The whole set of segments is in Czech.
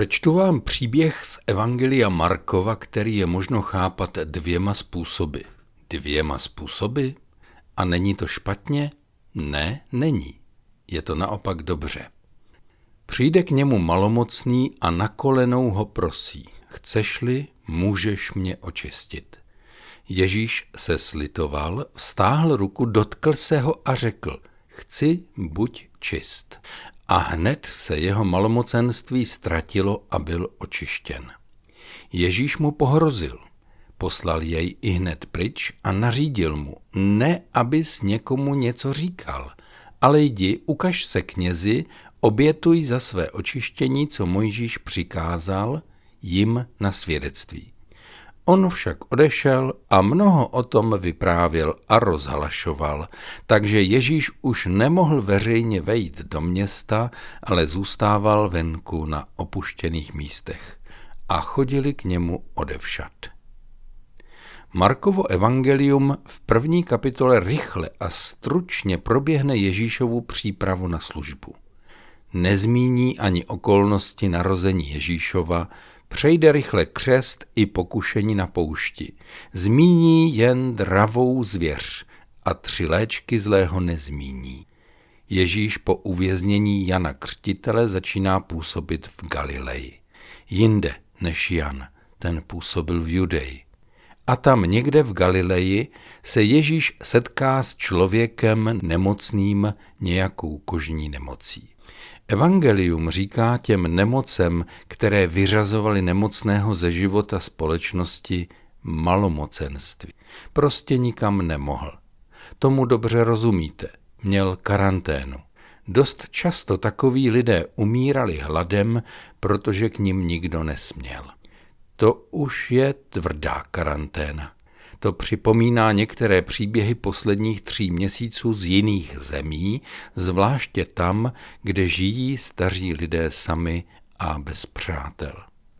Přečtu vám příběh z Evangelia Markova, který je možno chápat dvěma způsoby. Dvěma způsoby? A není to špatně? Ne, není. Je to naopak dobře. Přijde k němu malomocný a na kolenou ho prosí. Chceš-li, můžeš mě očistit. Ježíš se slitoval, vztáhl ruku, dotkl se ho a řekl: Chci, buď čist. A hned se jeho malomocenství ztratilo a byl očištěn. Ježíš mu pohrozil. Poslal jej ihned pryč a nařídil mu, ne abys někomu něco říkal, ale jdi, ukaž se knězi, obětuj za své očištění, co Mojžíš přikázal jim na svědectví. On však odešel a mnoho o tom vyprávěl a rozhlašoval, takže Ježíš už nemohl veřejně vejít do města, ale zůstával venku na opuštěných místech. A chodili k němu odevšad. Markovo evangelium v 1. kapitole rychle a stručně proběhne Ježíšovu přípravu na službu. Nezmíní ani okolnosti narození Ježíšova, přejde rychle křest i pokušení na poušti. Zmíní jen dravou zvěř a 3 léčky zlého nezmíní. Ježíš po uvěznění Jana Křtitele začíná působit v Galileji. Jinde než Jan, ten působil v Judeji. A tam někde v Galileji se Ježíš setká s člověkem nemocným nějakou kožní nemocí. Evangelium říká těm nemocem, které vyřazovaly nemocného ze života společnosti, malomocenství. Prostě nikam nemohl. Tomu dobře rozumíte. Měl karanténu. Dost často takoví lidé umírali hladem, protože k nim nikdo nesměl. To už je tvrdá karanténa. To připomíná některé příběhy posledních 3 měsíců z jiných zemí, zvláště tam, kde žijí staří lidé sami a bez přátel.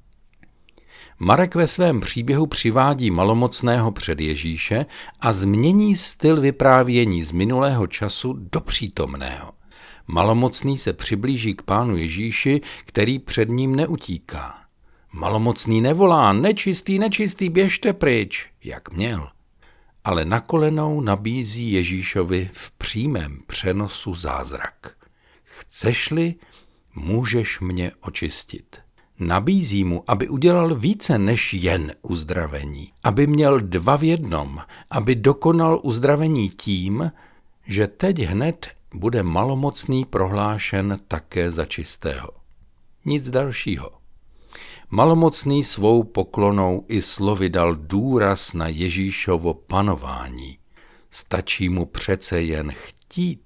Marek ve svém příběhu přivádí malomocného před Ježíše a změní styl vyprávění z minulého času do přítomného. Malomocný se přiblíží k Pánu Ježíši, který před ním neutíká. Malomocný nevolá: nečistý, nečistý, běžte pryč, jak měl. Ale na kolenou nabízí Ježíšovi v přímém přenosu zázrak. Chceš-li, můžeš mě očistit. Nabízí mu, aby udělal více než jen uzdravení, aby měl 2 v jednom, aby dokonal uzdravení tím, že teď hned bude malomocný prohlášen také za čistého. Nic dalšího. Malomocný svou poklonou i slovy dal důraz na Ježíšovo panování. Stačí mu přece jen chtít.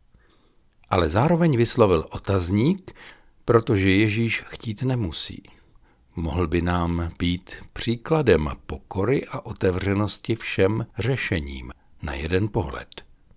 Ale zároveň vyslovil otazník, protože Ježíš chtít nemusí. Mohl by nám být příkladem pokory a otevřenosti všem řešením na jeden pohled.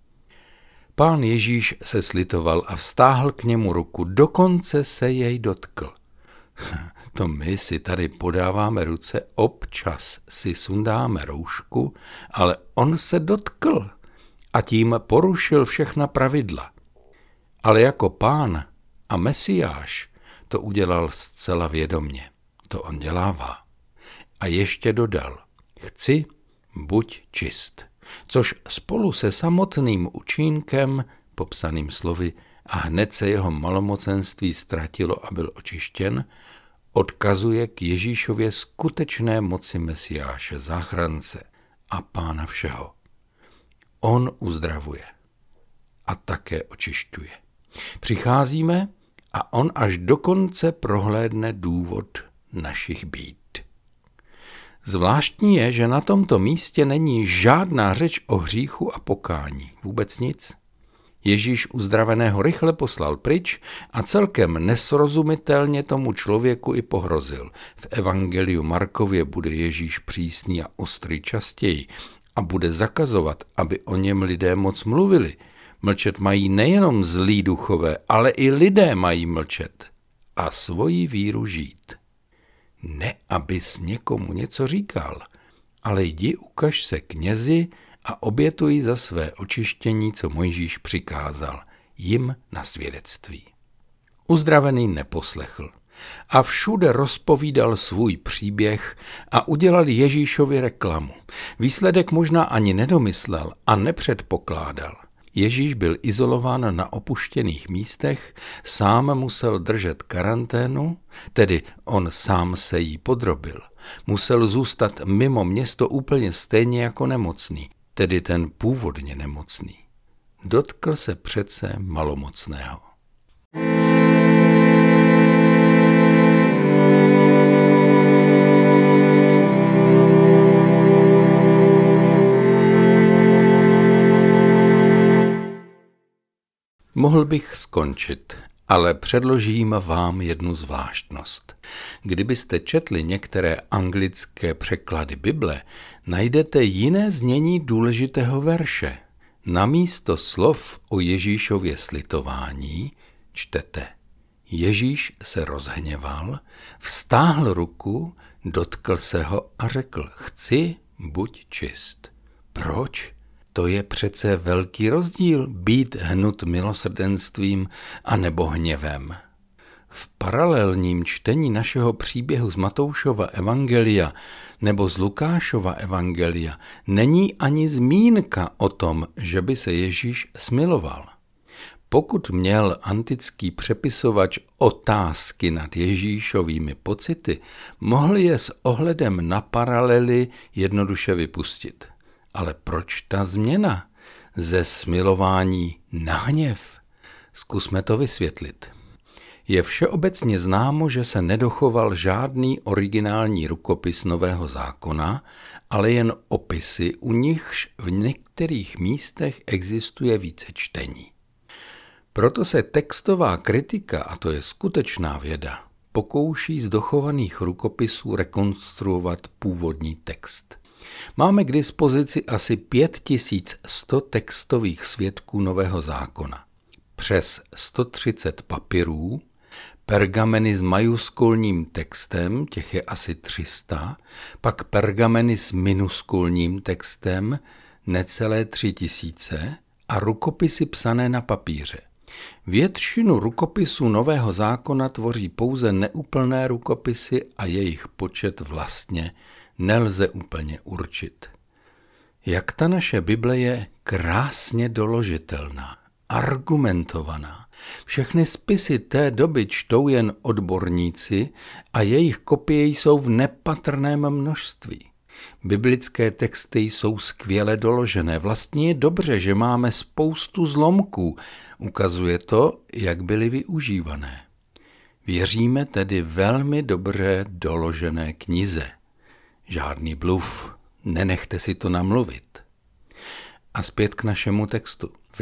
Pán Ježíš se slitoval a vztáhl k němu ruku, dokonce se jej dotkl. To my si tady podáváme ruce, občas si sundáme roušku, ale on se dotkl a tím porušil všechna pravidla. Ale jako Pán a Mesiáš to udělal zcela vědomě. To on dělává. A ještě dodal: chci, buď čist. Což spolu se samotným účinkem, popsaným slovy, a hned se jeho malomocenství ztratilo a byl očištěn, odkazuje k Ježíšově skutečné moci Mesiáše, záchrance a Pána všeho. On uzdravuje a také očišťuje. Přicházíme a on až do konce prohlédne důvod našich být. Zvláštní je, že na tomto místě není žádná řeč o hříchu a pokání. Vůbec nic. Ježíš uzdraveného rychle poslal pryč a celkem nesrozumitelně tomu člověku i pohrozil. V evangeliu Markově bude Ježíš přísný a ostrý častěji a bude zakazovat, aby o něm lidé moc mluvili. Mlčet mají nejenom zlí duchové, ale i lidé mají mlčet a svoji víru žít. Ne, abys někomu něco říkal, ale jdi, ukaž se knězi a obětuj za své očištění, co Mojžíš přikázal, jim na svědectví. Uzdravený neposlechl. A všude rozpovídal svůj příběh a udělal Ježíšovi reklamu. Výsledek možná ani nedomyslel a nepředpokládal. Ježíš byl izolován na opuštěných místech, sám musel držet karanténu, tedy on sám se jí podrobil. Musel zůstat mimo město úplně stejně jako nemocný, tedy ten původně nemocný. Dotkl se přece malomocného. Mohl bych skončit, ale předložím vám jednu zvláštnost. Kdybyste četli některé anglické překlady Bible, najdete jiné znění důležitého verše. Namísto slov o Ježíšově slitování čtete: Ježíš se rozhněval, vztáhl ruku, dotkl se ho a řekl: chci, buď čist. Proč? To je přece velký rozdíl být hnut milosrdenstvím a nebo hněvem. V paralelním čtení našeho příběhu z Matoušova evangelia nebo z Lukášova evangelia není ani zmínka o tom, že by se Ježíš smiloval. Pokud měl antický přepisovač otázky nad Ježíšovými pocity, mohl je s ohledem na paralely jednoduše vypustit. Ale proč ta změna? Ze smilování na hněv? Zkusme to vysvětlit. Je všeobecně známo, že se nedochoval žádný originální rukopis Nového zákona, ale jen opisy, u nichž v některých místech existuje více čtení. Proto se textová kritika, a to je skutečná věda, pokouší z dochovaných rukopisů rekonstruovat původní text. Máme k dispozici asi 5100 textových svědků Nového zákona, přes 130 papirů, pergameny s majuskulním textem, těch je asi 300, pak pergameny s minuskulním textem, necelé 3000 a rukopisy psané na papíře. Většinu rukopisů Nového zákona tvoří pouze neúplné rukopisy a jejich počet vlastně nelze úplně určit. Jak ta naše Bible je krásně doložitelná, argumentovaná. Všechny spisy té doby čtou jen odborníci a jejich kopie jsou v nepatrném množství. Biblické texty jsou skvěle doložené. Vlastně je dobře, že máme spoustu zlomků. Ukazuje to, jak byly využívané. Věříme tedy velmi dobře doložené knize. Žádný bluf, nenechte si to namluvit. A zpět k našemu textu. V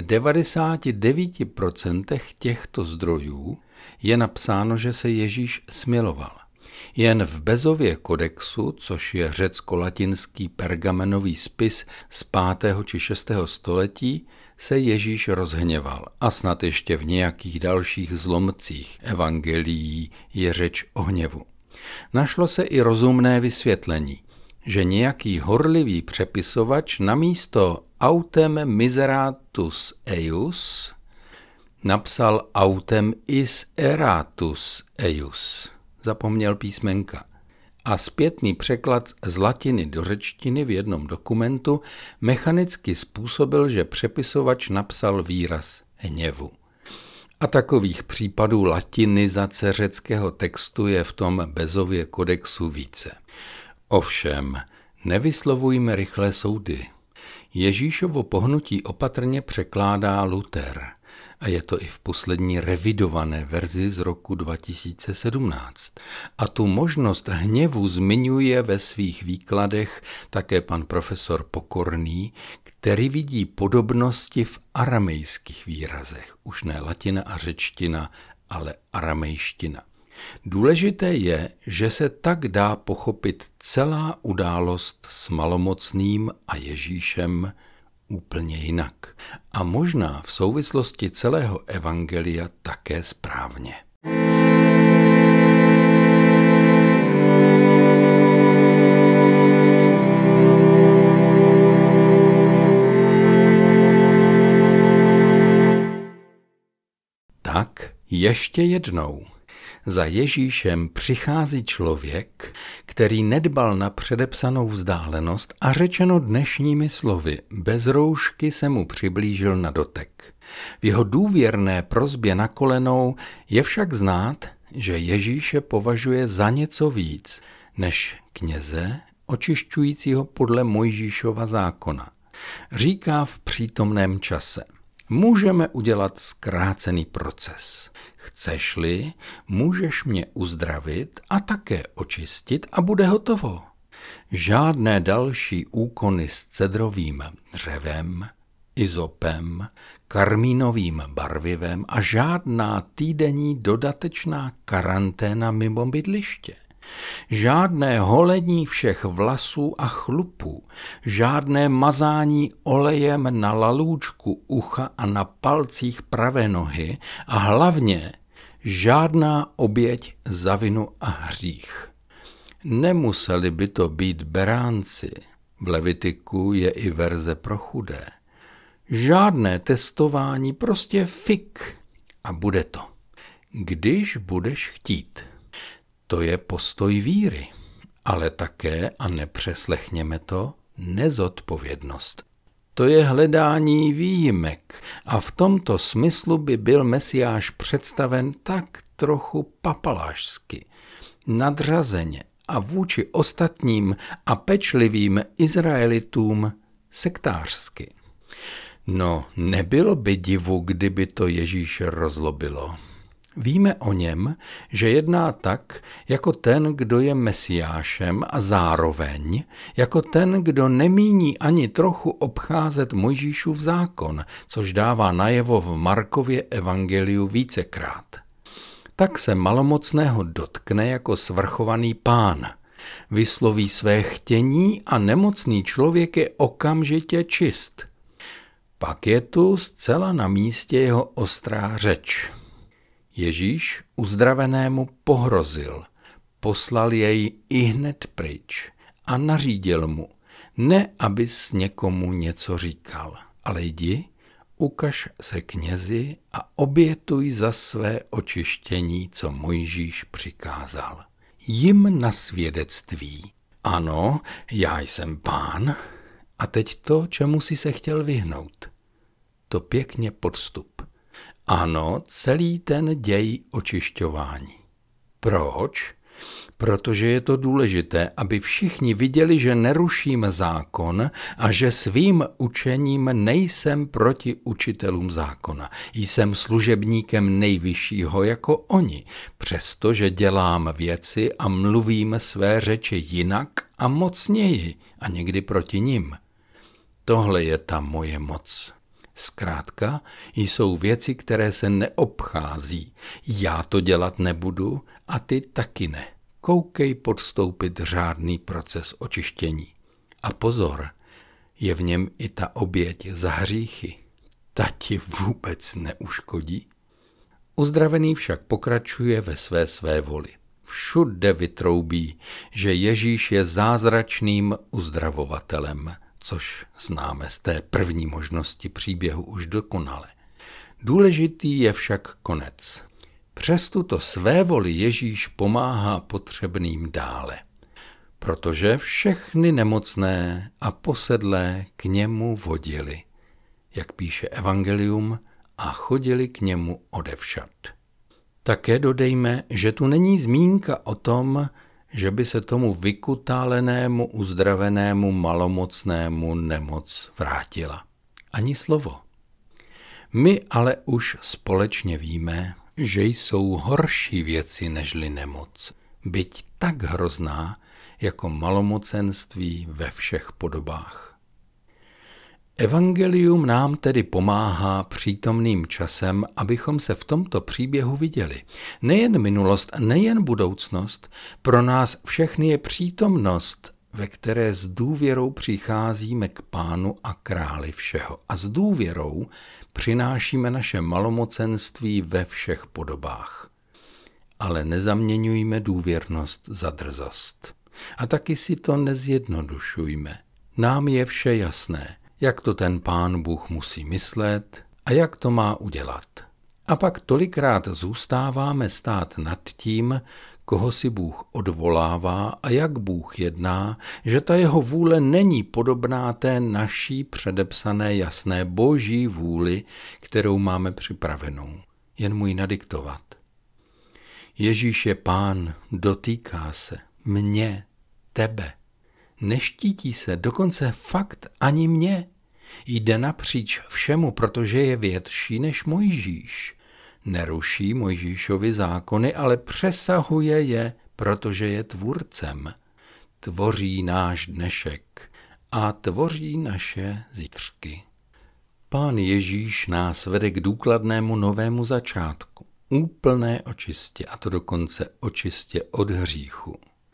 99% těchto zdrojů je napsáno, že se Ježíš smiloval. Jen v Bezově kodexu, což je řecko-latinský pergamenový spis z 5. či 6. století, se Ježíš rozhněval a snad ještě v nějakých dalších zlomcích evangelií je řeč o hněvu. Našlo se i rozumné vysvětlení, že nějaký horlivý přepisovač namísto autem miseratus eius napsal autem is eratus eius. Zapomněl písmenka. A zpětný překlad z latiny do řečtiny v jednom dokumentu mechanicky způsobil, že přepisovač napsal výraz hněvu. A takových případů latinizace řeckého textu je v tom Bezově kodexu více. Ovšem, nevyslovujme rychlé soudy. Ježíšovo pohnutí opatrně překládá Luther a je to i v poslední revidované verzi z roku 2017. A tu možnost hněvu zmiňuje ve svých výkladech také pan profesor Pokorný, který vidí podobnosti v aramejských výrazech, už ne latina a řečtina, ale aramejština. Důležité je, že se tak dá pochopit celá událost s malomocným a Ježíšem úplně jinak. A možná v souvislosti celého evangelia také správně. Tak ještě jednou. Za Ježíšem přichází člověk, který nedbal na předepsanou vzdálenost a řečeno dnešními slovy, bez roušky se mu přiblížil na dotek. V jeho důvěrné prosbě na kolenou je však znát, že Ježíše považuje za něco víc než kněze očišťujícího podle Mojžíšova zákona. Říká v přítomném čase: můžeme udělat zkrácený proces. Chceš-li, můžeš mě uzdravit a také očistit a bude hotovo. Žádné další úkony s cedrovým dřevem, izopem, karmínovým barvivem a žádná týdenní dodatečná karanténa mimo bydliště. Žádné holení všech vlasů a chlupů, žádné mazání olejem na lalůčku ucha a na palcích pravé nohy a hlavně žádná oběť za vinu a hřích. Nemuseli by to být beránci, v Levitiku je i verze pro chudé. Žádné testování, prostě fik a bude to. Když budeš chtít. To je postoj víry, ale také, a nepřeslechněme to, nezodpovědnost. To je hledání výjimek a v tomto smyslu by byl Mesiáš představen tak trochu papalášsky, nadřazeně a vůči ostatním a pečlivým Izraelitům sektářsky. No, nebylo by divu, kdyby to Ježíše rozlobilo. Víme o něm, že jedná tak, jako ten, kdo je Mesiášem a zároveň jako ten, kdo nemíní ani trochu obcházet Mojžíšův zákon, což dává najevo v Markově evangeliu vícekrát. Tak se malomocného dotkne jako svrchovaný pán. Vysloví své chtění a nemocný člověk je okamžitě čist. Pak je tu zcela na místě jeho ostrá řeč. Ježíš uzdravenému pohrozil, poslal jej ihned pryč a nařídil mu, ne abys někomu něco říkal, ale jdi, ukaž se knězi a obětuj za své očištění, co Mojžíš přikázal. Jim na svědectví: ano, já jsem pán, a teď to, čemu si se chtěl vyhnout. To pěkně podstup. Ano, celý ten děj očišťování. Proč? Protože je to důležité, aby všichni viděli, že neruším zákon a že svým učením nejsem proti učitelům zákona. Jsem služebníkem nejvyššího jako oni, přestože dělám věci a mluvím své řeči jinak a mocněji a někdy proti nim. Tohle je ta moje moc. Zkrátka, jsou věci, které se neobchází. Já to dělat nebudu a ty taky ne. Koukej podstoupit řádný proces očištění. A pozor, je v něm i ta oběť za hříchy. Ta ti vůbec neuškodí. Uzdravený však pokračuje ve své voli. Všude vytroubí, že Ježíš je zázračným uzdravovatelem, což známe z té první možnosti příběhu už dokonale. Důležitý je však konec. Přes tuto svévoli Ježíš pomáhá potřebným dále, protože všechny nemocné a posedlé k němu vodili, jak píše evangelium, a chodili k němu odevšad. Také dodejme, že tu není zmínka o tom, že by se tomu vykutálenému, uzdravenému, malomocnému nemoc vrátila. Ani slovo. My ale už společně víme, že jsou horší věci nežli nemoc, byť tak hrozná, jako malomocenství ve všech podobách. Evangelium nám tedy pomáhá přítomným časem, abychom se v tomto příběhu viděli. Nejen minulost, nejen budoucnost, pro nás všechny je přítomnost, ve které s důvěrou přicházíme k Pánu a Králi všeho. A s důvěrou přinášíme naše malomocenství ve všech podobách. Ale nezaměňujme důvěrnost za drzost. A taky si to nezjednodušujme. Nám je vše jasné, jak to ten Pán Bůh musí myslet a jak to má udělat. A pak tolikrát zůstáváme stát nad tím, koho si Bůh odvolává a jak Bůh jedná, že ta jeho vůle není podobná té naší předepsané jasné boží vůli, kterou máme připravenou. Jen mu ji nadiktovat. Ježíš je Pán, dotýká se mě, tebe. Neštítí se dokonce fakt ani mě. Jde napříč všemu, protože je větší než Mojžíš. Neruší Mojžíšovi zákony, ale přesahuje je, protože je tvůrcem. Tvoří náš dnešek a tvoří naše zítřky. Pán Ježíš nás vede k důkladnému novému začátku. Úplné očistě, a to dokonce očistě od hříchu.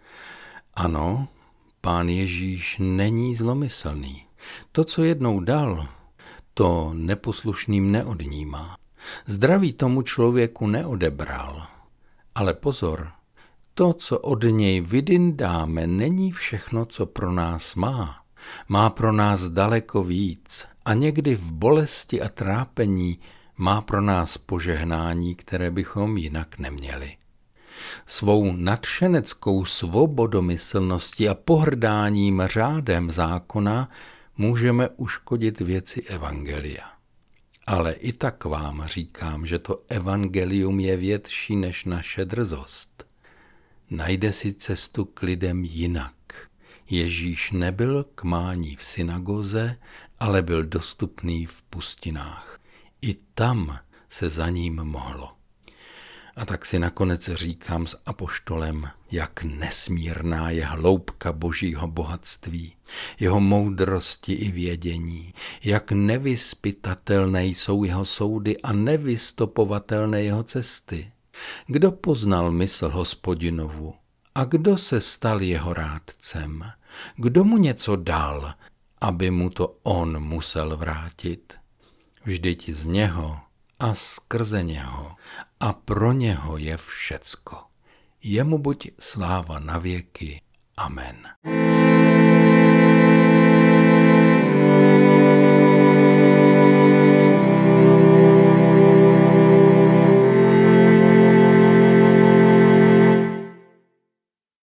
Ano, Pán Ježíš není zlomyslný. To, co jednou dal, to neposlušným neodnímá. Zdraví tomu člověku neodebral. Ale pozor, to, co od něj vydyndáme, není všechno, co pro nás má. Má pro nás daleko víc a někdy v bolesti a trápení má pro nás požehnání, které bychom jinak neměli. Svou nadšeneckou svobodomyslností a pohrdáním řádem zákona můžeme uškodit věci evangelia. Ale i tak vám říkám, že to evangelium je větší než naše drzost. Najde si cestu k lidem jinak. Ježíš nebyl k mání v synagoze, ale byl dostupný v pustinách. I tam se za ním mohlo. A tak si nakonec říkám s apoštolem, jak nesmírná je hloubka božího bohatství, jeho moudrosti i vědění, jak nevyzpytatelné jsou jeho soudy a nevystopovatelné jeho cesty. Kdo poznal mysl Hospodinovu a kdo se stal jeho rádcem? Kdo mu něco dal, aby mu to on musel vrátit? Vždyť z něho a skrze něho a pro něho je všecko. Jemu buď sláva na věky. Amen.